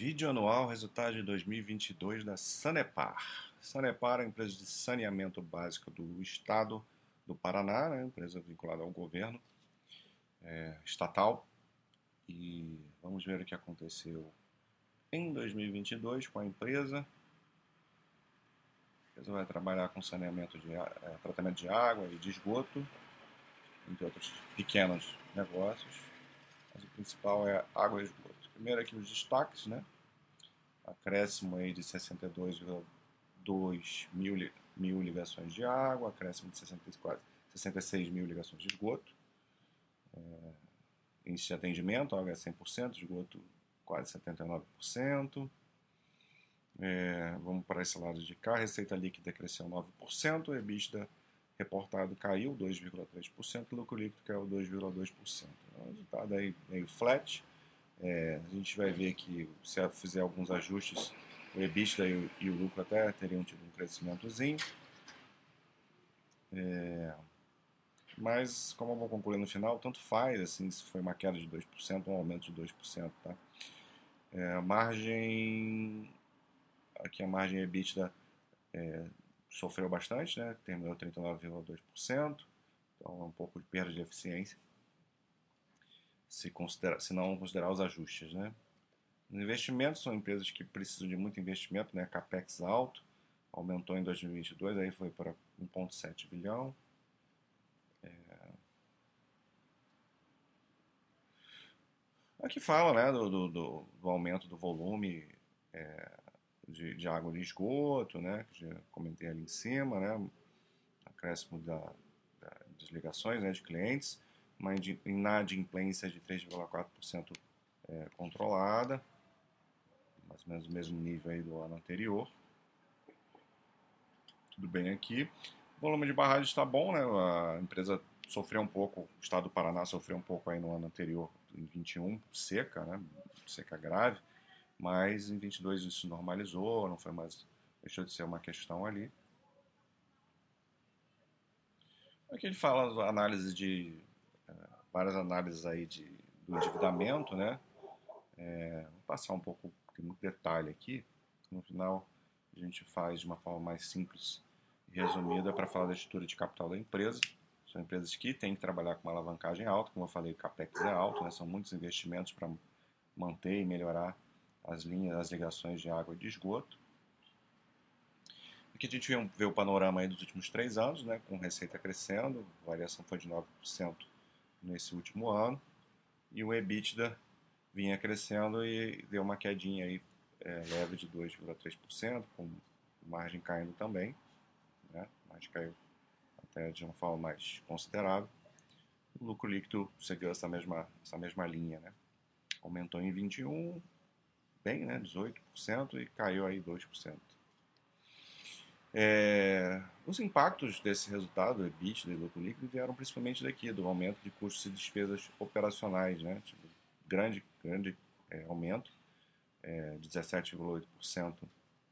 Vídeo anual, resultado de 2022 da Sanepar. Sanepar é a empresa de saneamento básico do estado do Paraná, né? Empresa vinculada ao governo estatal. E vamos ver o que aconteceu em 2022 com a empresa. A empresa vai trabalhar com saneamento tratamento de água e de esgoto, entre outros pequenos negócios. Mas o principal é água e esgoto. Primeiro aqui os destaques, né? Acréscimo aí de 62,2 mil ligações de água, acréscimo de 66 mil ligações de esgoto. Índice de atendimento, água é 100%, esgoto quase 79%. Vamos para esse lado de cá, receita líquida cresceu 9%, EBITDA reportado caiu 2,3%, lucro líquido caiu 2,2%. O resultado aí meio flat. A gente vai ver que se eu fizer alguns ajustes, o EBITDA e o lucro até teriam tido um crescimentozinho. Mas, como eu vou concluir no final, tanto faz, assim, se foi uma queda de 2% ou um aumento de 2%, tá? A margem, aqui a margem EBITDA sofreu bastante, né? Terminou 39,2%, então é um pouco de perda de eficiência, se não considerar os ajustes, né? Os investimentos são empresas que precisam de muito investimento, né? Capex alto, aumentou em 2022, aí foi para 1,7 bilhão. Aqui fala, né, do aumento do volume de água de esgoto, né, que já comentei ali em cima, né, acréscimo das ligações, né, de clientes, uma inadimplência de 3,4% controlada, mais ou menos o mesmo nível aí do ano anterior. Tudo bem aqui. O volume de barragem está bom, né, a empresa sofreu um pouco, o estado do Paraná sofreu um pouco aí no ano anterior, em 21, seca, né, seca grave, mas em 22 isso normalizou, não foi mais, deixou de ser uma questão ali. Aqui ele fala análise de várias análises aí do endividamento, né? Vou passar um pouco, tem muito detalhe aqui. No final a gente faz de uma forma mais simples e resumida para falar da estrutura de capital da empresa. São empresas que têm que trabalhar com uma alavancagem alta, como eu falei, o capex é alto, né? São muitos investimentos para manter e melhorar as ligações de água e de esgoto. Aqui a gente vê o panorama aí dos últimos 3 anos, né, com receita crescendo, a variação foi de 9% nesse último ano, e o EBITDA vinha crescendo e deu uma quedinha aí, leve de 2,3%, com margem caindo também, né, a margem caiu até de uma forma mais considerável. O lucro líquido seguiu essa mesma linha, né, aumentou em 21, bem, né, 18%, e caiu aí 2%. Os impactos desse resultado, EBITDA e lucro líquido, vieram principalmente daqui, do aumento de custos e despesas operacionais, né? Tipo, grande aumento, 17,8%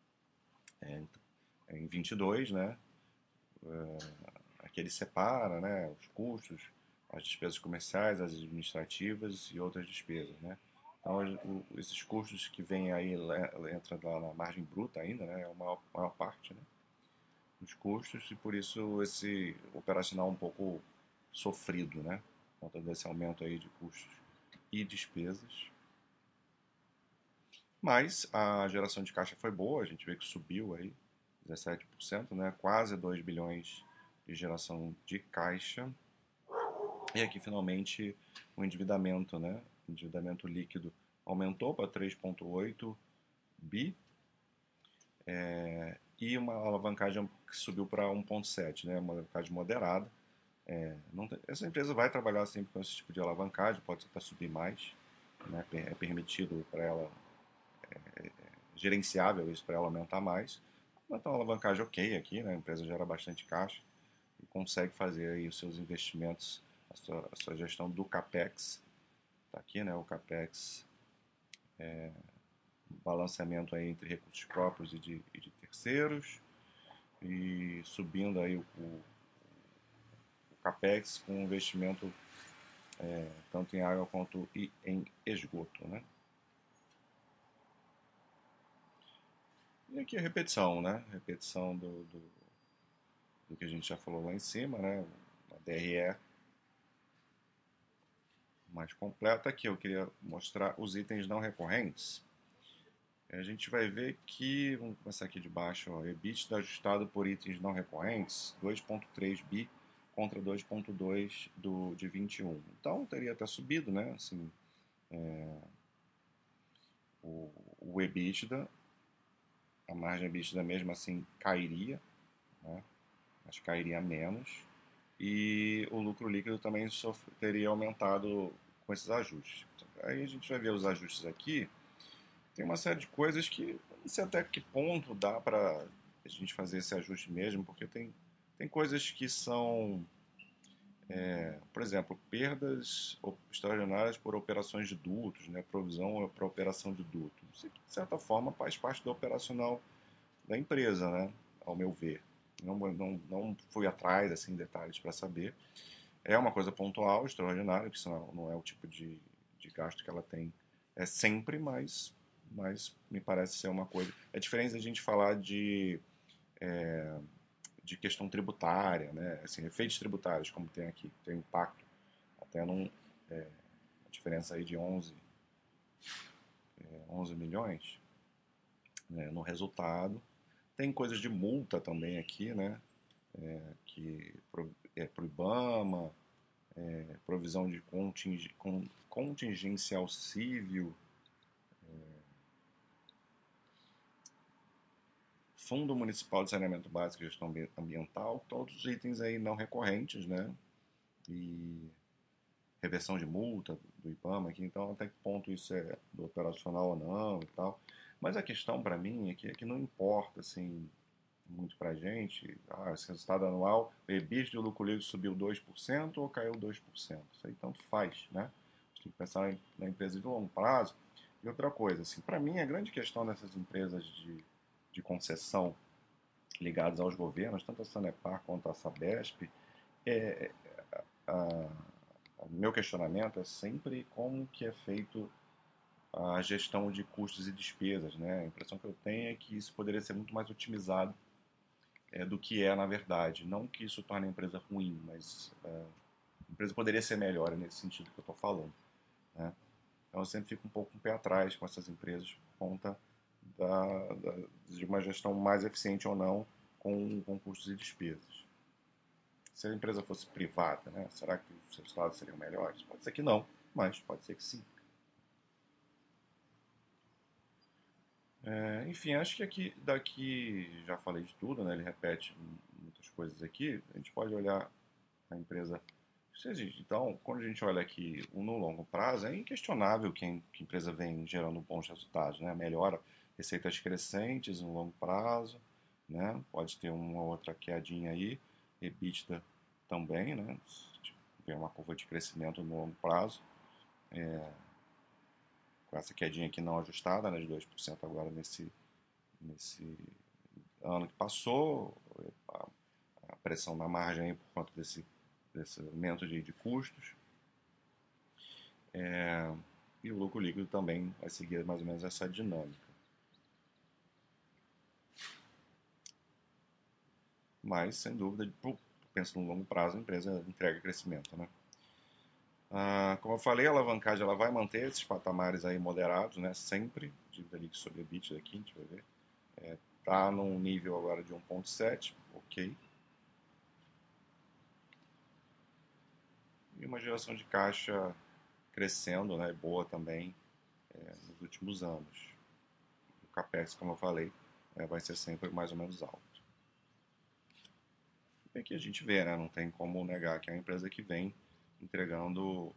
em 22, né? Aqui ele separa, né, os custos, as despesas comerciais, as administrativas e outras despesas, né? Então, esses custos que vêm aí, entra na margem bruta ainda, né? É a maior parte, né? Os custos, e por isso esse operacional um pouco sofrido, né? Por conta desse aumento aí de custos e despesas. Mas a geração de caixa foi boa, a gente vê que subiu aí 17%, né? Quase 2 bilhões de geração de caixa. E aqui finalmente o endividamento, né? O endividamento líquido aumentou para 3,8 bi. E uma alavancagem que subiu para 1,7, né? Uma alavancagem moderada. Essa empresa vai trabalhar sempre com esse tipo de alavancagem, pode até subir mais, né? É permitido para ela, gerenciável isso para ela aumentar mais. Mas tá uma alavancagem ok aqui, né? A empresa gera bastante caixa e consegue fazer aí os seus investimentos, a sua gestão do capex. Tá aqui, né? O capex, balanceamento aí entre recursos próprios e de terceiros, e subindo aí o capex com investimento tanto em água quanto em esgoto, né? E aqui a repetição, né? Repetição do que a gente já falou lá em cima, né? A DRE mais completa. Aqui eu queria mostrar os itens não recorrentes. A gente vai ver que, vamos começar aqui de baixo, ó, EBITDA ajustado por itens não recorrentes, 2,3 bi contra 2,2 de 21. Então teria até subido, né? Assim, o EBITDA, a margem EBITDA mesmo assim cairia, né? Mas cairia menos. E o lucro líquido também teria aumentado com esses ajustes. Aí a gente vai ver os ajustes aqui. Tem uma série de coisas que não sei até que ponto dá para a gente fazer esse ajuste mesmo, porque tem coisas que são, por exemplo, perdas extraordinárias por operações de dutos, né, provisão para operação de duto. Isso, de certa forma, faz parte do operacional da empresa, né, ao meu ver. Não fui atrás assim, em detalhes para saber. É uma coisa pontual, extraordinária, que isso não é o tipo de gasto que ela tem sempre, mas me parece ser uma coisa. É diferente da gente falar de questão tributária, né? Assim, efeitos tributários, como tem aqui, tem impacto até a diferença aí de 11 milhões, né, no resultado. Tem coisas de multa também aqui, né? Que é pro IBAMA, provisão de contingencial civil, Fundo Municipal de Saneamento Básico e Gestão Ambiental, todos os itens aí não recorrentes, né? E reversão de multa do IBAMA aqui, então até que ponto isso é do operacional ou não e tal. Mas a questão para mim é que não importa, assim, muito pra gente, esse resultado anual, o EBITDA e o lucro líquido subiu 2% ou caiu 2%. Isso aí tanto faz, né? A gente tem que pensar na empresa de longo prazo. E outra coisa, assim, para mim a grande questão dessas empresas de concessão ligadas aos governos, tanto a Sanepar quanto a Sabesp, é, a, o meu questionamento é sempre como que é feito a gestão de custos e despesas, né? A impressão que eu tenho é que isso poderia ser muito mais otimizado do que é na verdade. Não que isso torne a empresa ruim, mas a empresa poderia ser melhor, é nesse sentido que eu estou falando, né? Então eu sempre fico um pouco com o pé atrás com essas empresas por conta de uma gestão mais eficiente ou não com custos e despesas. Se a empresa fosse privada, né, será que os resultados seriam melhores? Pode ser que não, mas pode ser que sim. Enfim, acho que daqui já falei de tudo, né? Ele repete muitas coisas aqui. A gente pode olhar a empresa. Então, quando a gente olha aqui no longo prazo, é inquestionável que a empresa vem gerando bons resultados, né? Melhora receitas crescentes no longo prazo, né? Pode ter uma outra quedinha aí, EBITDA também, né? Vem uma curva de crescimento no longo prazo, com essa quedinha aqui não ajustada, né? De 2% agora nesse ano que passou, a pressão na margem aí por conta desse aumento de custos. E o lucro líquido também vai seguir mais ou menos essa dinâmica. Mas, sem dúvida, penso no longo prazo, a empresa entrega crescimento, né? Como eu falei, a alavancagem ela vai manter esses patamares aí moderados, né? Sempre, dívida líquida sobre EBITDA aqui, a gente vai ver. Tá num nível agora de 1,7, ok. E uma geração de caixa crescendo, né? Boa também nos últimos anos. O CAPEX, como eu falei, vai ser sempre mais ou menos alto. E aqui a gente vê, né? Não tem como negar que é uma empresa que vem entregando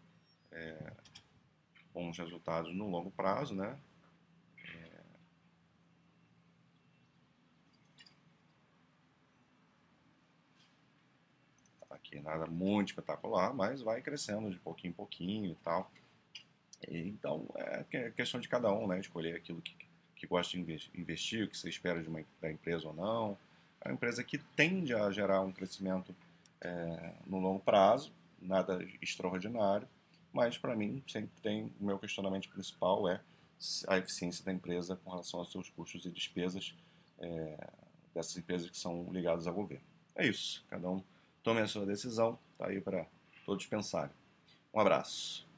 bons resultados no longo prazo, né? Aqui nada muito espetacular, mas vai crescendo de pouquinho em pouquinho e tal. Então é questão de cada um, né? Escolher aquilo que gosta de investir, o que você espera da empresa ou não. É uma empresa que tende a gerar um crescimento no longo prazo, nada extraordinário, mas para mim sempre tem o meu questionamento principal é a eficiência da empresa com relação aos seus custos e despesas dessas empresas que são ligadas ao governo. É isso, cada um tome a sua decisão, está aí para todos pensarem. Um abraço.